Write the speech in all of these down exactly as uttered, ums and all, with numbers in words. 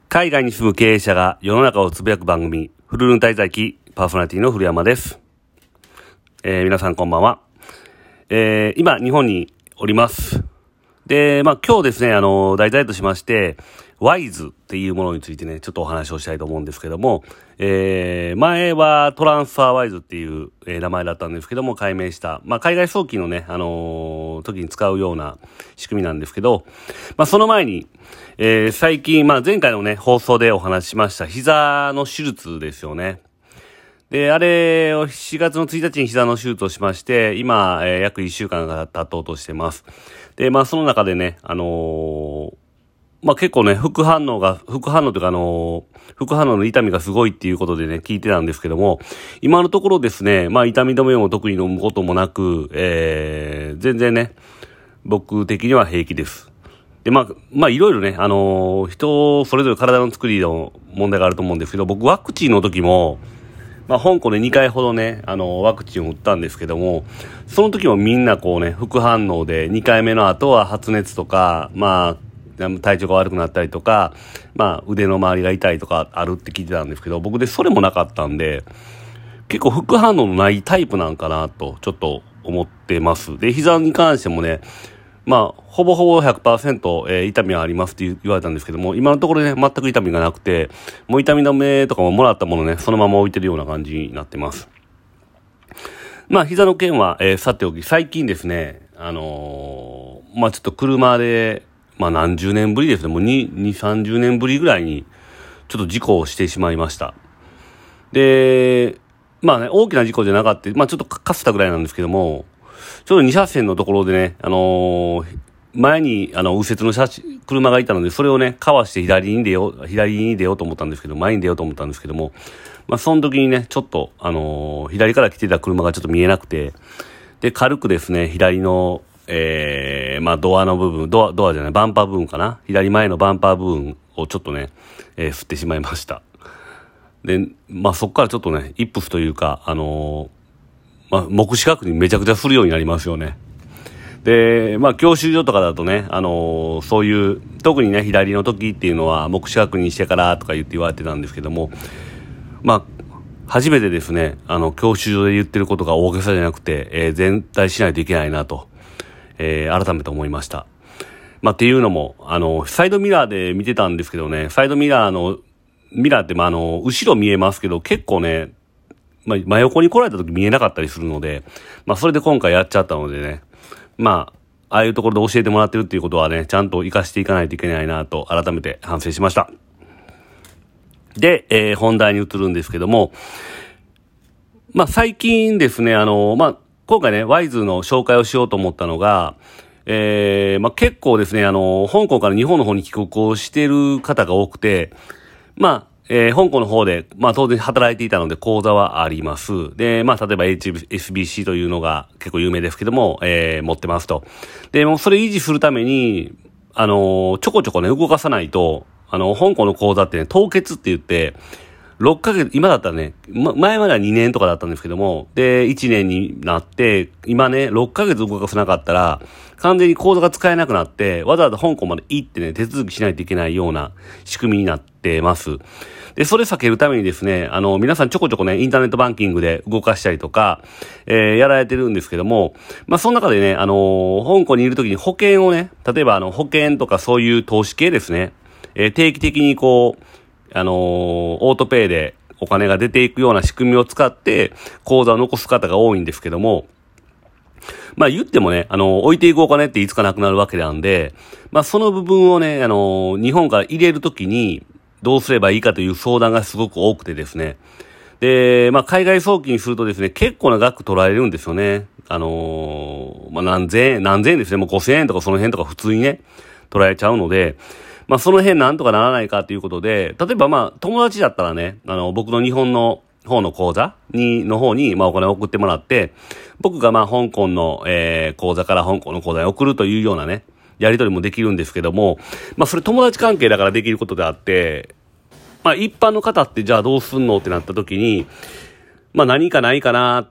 海外に住む経営者が世の中をつぶやく番組、フルルン滞在記、パーソナリティの古山です。えー、皆さんこんばんは。えー、今、日本におります。で、まあ今日ですね、あの、題材としまして、ワイズっていうものについてね、ちょっとお話をしたいと思うんですけども、えー、前はトランスファーワイズっていう、えー、名前だったんですけども、改名した、まあ海外送金のね、あのー、時に使うような仕組みなんですけど、まあその前に、えー、最近、まあ前回のね、放送でお話ししました膝の手術ですよね。で、あれをしがつのついたちに膝の手術をしまして、今、えー、約いっしゅうかんが経とうとしてます。で、まあその中でね、あのー、まあ結構ね、副反応が、副反応というかあのー、副反応の痛みがすごいっていうことでね、聞いてたんですけども、今のところですね、まあ痛み止めも特に飲むこともなく、えー、全然ね、僕的には平気です。で、まあ、まあいろいろね、あのー、人それぞれ体の作りの問題があると思うんですけど、僕ワクチンの時も、まあ香港でにかいほどね、あのー、ワクチンを打ったんですけども、その時もみんなこうね、副反応でにかいめの後は発熱とか、まあ、体調が悪くなったりとか、まあ腕の周りが痛いとかあるって聞いてたんですけど、僕でそれもなかったんで、結構副反応のないタイプなんかなとちょっと思ってます。で、膝に関してもね、まあほぼほぼ ひゃくパーセント、えー、痛みはありますって言われたんですけども、今のところね全く痛みがなくて、もう痛み止めとかももらったものねそのまま置いてるような感じになってます。まあ膝の件は、えー、さておき、最近ですね、あのー、まあちょっと車でまあ何十年ぶりですね。もうに、に、さんじゅうねんぶりぐらいにちょっと事故をしてしまいました。で、まあね、大きな事故じゃなかった、まあちょっとかすったぐらいなんですけども、ちょうどに車線のところでね、あのー、前にあの右折の車車がいたので、それをね、かわして左に出よう、左に出ようと思ったんですけど、前に出ようと思ったんですけども、まあその時にね、ちょっと、あのー、左から来てた車がちょっと見えなくて、で、軽くですね、左の、えー、まあドアの部分、ドア、ドアじゃない、バンパー部分かな。左前のバンパー部分をちょっとね、えー、振ってしまいました。で、まあそっからちょっとね、イップスというか、あのー、まあ目視確認めちゃくちゃするようになりますよね。で、まあ教習所とかだとね、あのー、そういう、特にね、左の時っていうのは目視確認してからとか言って言われてたんですけども、まあ、初めてですね、あの、教習所で言ってることが大げさじゃなくて、えー、全体しないといけないなと。えー、改めて思いました。まあ、っていうのも、あの、サイドミラーで見てたんですけどね、サイドミラーの、ミラーって、まあ、あの、後ろ見えますけど、結構ね、まあ、真横に来られた時見えなかったりするので、まあ、それで今回やっちゃったのでね、まあ、ああいうところで教えてもらってるっていうことはね、ちゃんと活かしていかないといけないなと、改めて反省しました。で、えー、本題に移るんですけども、まあ、最近ですね、あの、まあ、今回ね、ワイズの紹介をしようと思ったのが、えー、まあ、結構ですね、あの、香港から日本の方に帰国をしている方が多くて、まあ、えー、香港の方で、まあ、当然働いていたので講座はあります。で、まあ、例えば エイチエスビーシー というのが結構有名ですけども、えー、持ってますと。で、もうそれ維持するために、あの、ちょこちょこね、動かさないと、あの、香港の講座ってね、凍結って言って、ろっかげつ、今だったらね、ま、前まではにねんとかだったんですけども、で、いちねんになって、今ね、ろっかげつ動かさなかったら、完全に口座が使えなくなって、わざわざ香港まで行ってね、手続きしないといけないような仕組みになってます。で、それ避けるためにですね、あの、皆さんちょこちょこね、インターネットバンキングで動かしたりとか、えー、やられてるんですけども、まあ、その中でね、あのー、香港にいるときに保険をね、例えばあの、保険とかそういう投資系ですね、えー、定期的にこう、あのー、オートペイでお金が出ていくような仕組みを使って口座を残す方が多いんですけども、まあ言ってもね、あのー、置いていくお金っていつかなくなるわけなんで、まあその部分をね、あのー、日本から入れるときにどうすればいいかという相談がすごく多くてですね。で、まあ海外送金するとですね、結構な額取られるんですよね。あのー、まあ何千円、何千円ですね、もうごせんえんとかその辺とか普通にね、取られちゃうので、まあその辺なんとかならないかということで、例えばまあ友達だったらね、あの僕の日本の方の口座に、の方にまあお金を送ってもらって、僕がまあ香港の、えー、口座から香港の口座に送るというようなね、やり取りもできるんですけども、まあそれ友達関係だからできることであって、まあ一般の方ってじゃあどうすんのってなった時に、まあ何かないかなって言って、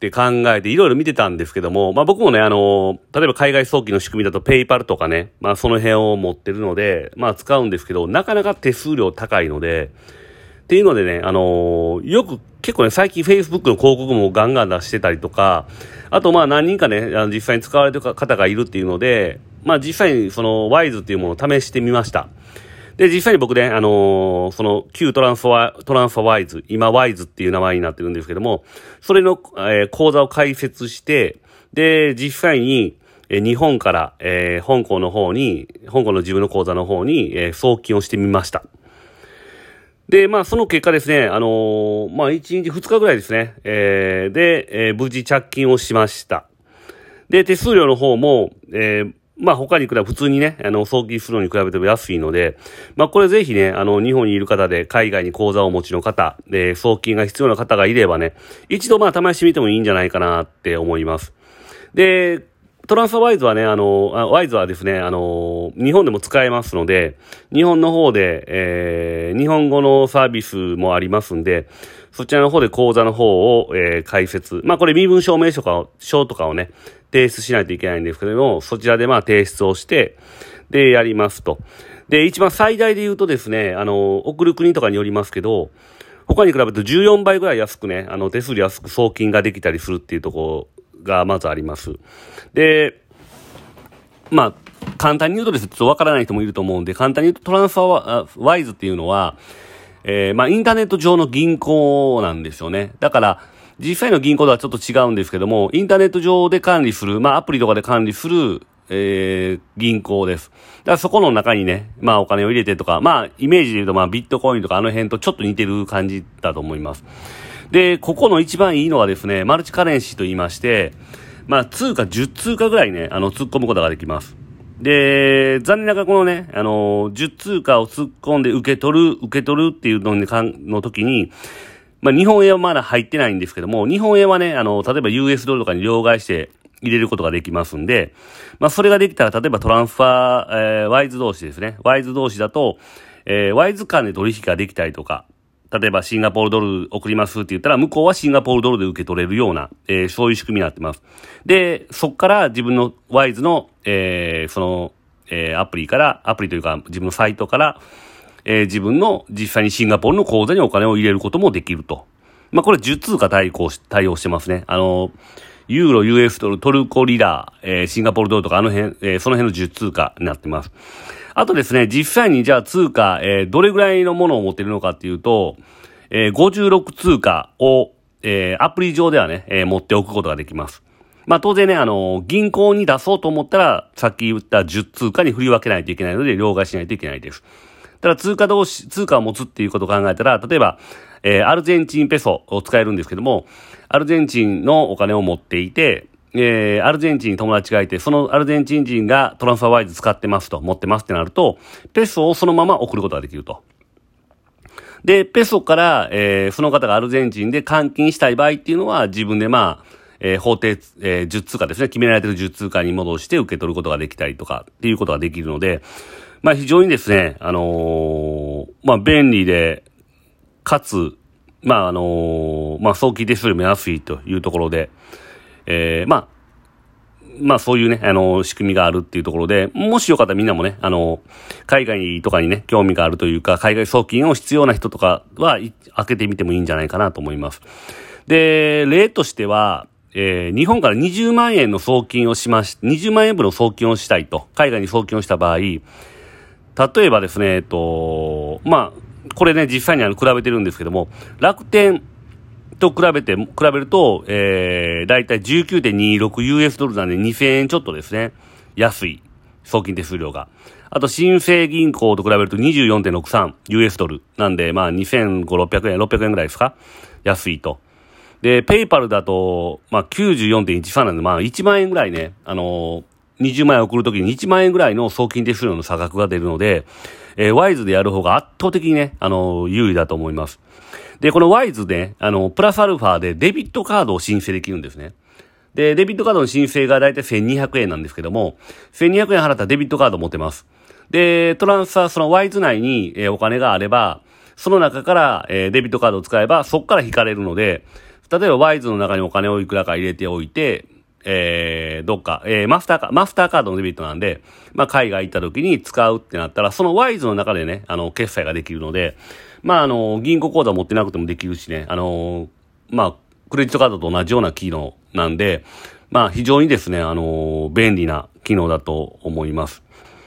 って考えていろいろ見てたんですけども、まあ僕もね、あの、例えば海外送金の仕組みだとペイパルとかね、まあその辺を持ってるので、まあ使うんですけど、なかなか手数料高いので、っていうのでね、あのー、よく結構ね、最近 Facebook の広告もガンガン出してたりとか、あとまあ何人かね、あの実際に使われてる方がいるっていうので、まあ実際にその ワイズ っていうものを試してみました。で、実際に僕ね、あのー、その旧トランスファー、トランスファー ワイズ、今 ワイズ っていう名前になってるんですけども、それの、えー、講座を開設して、で、実際に、えー、日本から、えー、香港の方に、香港の自分の口座の方に、えー、送金をしてみました。で、まあ、その結果ですね、あのー、まあ、いちにちふつかぐらいですね、えー、で、えー、無事着金をしました。で、手数料の方も、えー、まあ、他に比べ普通にね、あの、送金するのに比べても安いので、まあ、これぜひね、あの、日本にいる方で、海外に口座をお持ちの方、で、送金が必要な方がいればね、一度まあ、試してみてもいいんじゃないかなって思います。で、トランスファーワイズはね、あの、ワイズはですね、あの、日本でも使えますので、日本の方で、えー、日本語のサービスもありますんで、そちらの方で口座の方を、えー、開設。まあ、これ身分証明書とかを、証とかをね、提出しないといけないんですけれども、そちらでまあ提出をして、で、やりますと。で、一番最大で言うとですね、あの、送る国とかによりますけど、他に比べるとじゅうよんばいぐらい安くね、あの、手数料安く送金ができたりするっていうところがまずあります。で、まあ、簡単に言うとですね、ちょっとわからない人もいると思うんで、簡単に言うとトランスファーワイズっていうのは、えー、まあ、インターネット上の銀行なんですよね。だから、実際の銀行とはちょっと違うんですけども、インターネット上で管理する、まあ、アプリとかで管理する、えー、銀行です。だからそこの中にね、まあ、お金を入れてとか、まあ、イメージで言うと、まあ、ビットコインとかあの辺とちょっと似てる感じだと思います。で、ここの一番いいのはですね、マルチカレンシーと言いまして、まあ、通貨じゅう通貨ぐらいね、あの、突っ込むことができます。で、残念ながらこのね、あの、じゅう通貨を突っ込んで受け取る、受け取るっていうのにかんの時に、まあ、日本円はまだ入ってないんですけども、日本円はね、あの、例えば ユーエス ドルとかに両替して入れることができますんで、まあ、それができたら、例えばトランスファー、えー、ワイズ同士ですね。ワイズ同士だと、えー、ワイズ間で取引ができたりとか、例えばシンガポールドル送りますって言ったら、向こうはシンガポールドルで受け取れるような、えー、そういう仕組みになってます。で、そっから自分のワイズの、えー、その、えー、アプリから、アプリというか自分のサイトから、えー、自分の実際にシンガポールの口座にお金を入れることもできると。まあ、これじゅう通貨対応し、対応してますね。あの、ユーロ、ユーエス ドル、トルコリラ、えー、シンガポールドルとかあの辺、えー、その辺のじゅう通貨になってます。あとですね、実際にじゃあ通貨、えー、どれぐらいのものを持っているのかっていうと、えー、ごじゅうろく通貨を、えー、アプリ上ではね、えー、持っておくことができます。まあ当然ね、あの、銀行に出そうと思ったら、さっき言ったじゅう通貨に振り分けないといけないので、両替しないといけないです。ただ通貨同士、通貨を持つっていうことを考えたら、例えば、えー、アルゼンチンペソを使えるんですけども、アルゼンチンのお金を持っていて、えー、アルゼンチンに友達がいて、そのアルゼンチン人がトランスファーワイズ使ってますと、持ってますってなると、ペソをそのまま送ることができると。で、ペソから、えー、その方がアルゼンチンで換金したい場合っていうのは、自分でまあ、えー、法定、えー、じゅう通貨ですね、決められているじゅう通貨に戻して受け取ることができたりとか、っていうことができるので、まあ非常にですね、あのー、まあ便利で、かつ、まああのー、まあ送金手数料も安いというところで、えー、まあ、まあそういうね、あのー、仕組みがあるっていうところで、もしよかったらみんなもね、あのー、海外とかにね、興味があるというか、海外送金を必要な人とかは、開けてみてもいいんじゃないかなと思います。で、例としては、えー、日本からにじゅうまんえんの送金をしまし、にじゅうまんえん分の送金をしたいと、海外に送金をした場合、例えばですね、えっと、まあ、これね、実際にあの、比べてるんですけども、楽天と比べて、比べると、えー、だいたい じゅうきゅうてんにろくユーエス ドルなんでにせんえんちょっとですね、安い、送金手数料が。あと、新生銀行と比べると にじゅうよんてんろくさんユーエス ドルなんで、まあ、にせんごひゃく、ろっぴゃくえん、ろっぴゃくえんぐらいですか？安いと。で、ペイパルだと、まあ、きゅうじゅうよんてんいちさんなんで、まあ、いちまんえんぐらいね、あのー、にじゅうまんえん送るときにいちまんえんぐらいの送金手数料の差額が出るので、えー、ワイズでやる方が圧倒的にね、あのー、有利だと思います。で、このワイズで、あのー、プラスアルファでデビットカードを申請できるんですね。で、デビットカードの申請がだいたいせんにひゃくえんなんですけども、せんにひゃくえん払ったらデビットカードを持てます。で、トランスファー、そのワイズ内に、えー、お金があれば、その中から、えー、デビットカードを使えば、そこから引かれるので、 例えばワイズの中にお金をいくらか入れておいて、えー、どっか、えー、マスターカード、マスターカードのデビットなんで、まあ、海外行った時に使うってなったら、そのワイズの中でね、あの、決済ができるので、まあ、あの、銀行口座持ってなくてもできるしね、あの、まあ、クレジットカードと同じような機能なんで、まあ、非常にですね、あの、便利な機能だと思います。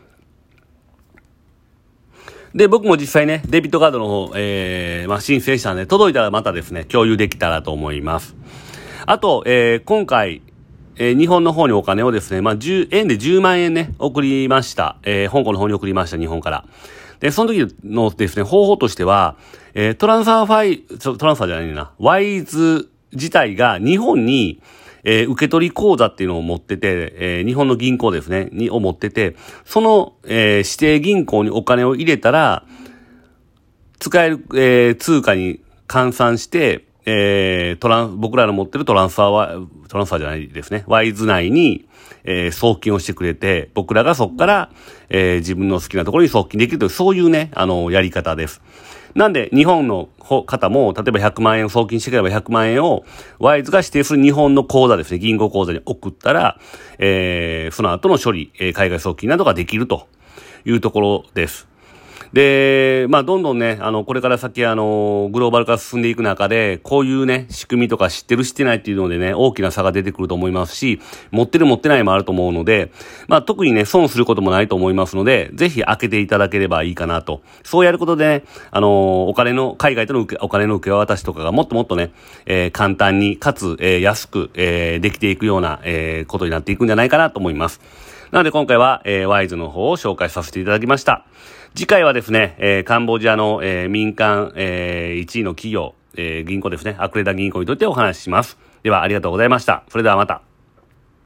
で、僕も実際ね、デビットカードの方、えー、まあ、申請したんで、届いたらまたですね、共有できたらと思います。あと、えー、今回、えー、日本の方にお金をですね、まあ、じゅうえんでじゅうまんえんね、送りました。えー、香港の方に送りました、日本から。で、その時のですね、方法としては、えー、トランスファーファイ、トランスファーじゃないな、ワイズ自体が日本に、えー、受け取り口座っていうのを持ってて、えー、日本の銀行ですね、に、を持ってて、その、えー、指定銀行にお金を入れたら、使える、えー、通貨に換算して、えー、トラン、僕らの持ってるトランスファーは、トランスファーじゃないですね。ワイズ内に、えー、送金をしてくれて、僕らがそこから、えー、自分の好きなところに送金できるという、そういうね、あの、やり方です。なんで、日本の方も、例えばひゃくまんえんを送金してくればひゃくまんえんを、ワイズが指定する日本の口座ですね、銀行口座に送ったら、えー、その後の処理、えー、海外送金などができるというところです。で、まあ、どんどんね、あの、これから先、あの、グローバル化進んでいく中で、こういうね、仕組みとか知ってる知ってないっていうのでね、大きな差が出てくると思いますし、持ってる持ってないもあると思うので、まあ、特にね、損することもないと思いますので、ぜひ開けていただければいいかなと。そうやることでね、あの、お金の、海外との受け、お金の受け渡しとかがもっともっとね、えー、簡単に、かつ、えー、安く、えー、できていくような、えー、ことになっていくんじゃないかなと思います。なので今回は、えー、ワイズの方を紹介させていただきました。次回はですね、えー、カンボジアの、えー、民間、えー、いちいの企業、えー、銀行ですね、アクレダ銀行にとってお話しします。ではありがとうございました。それではまた。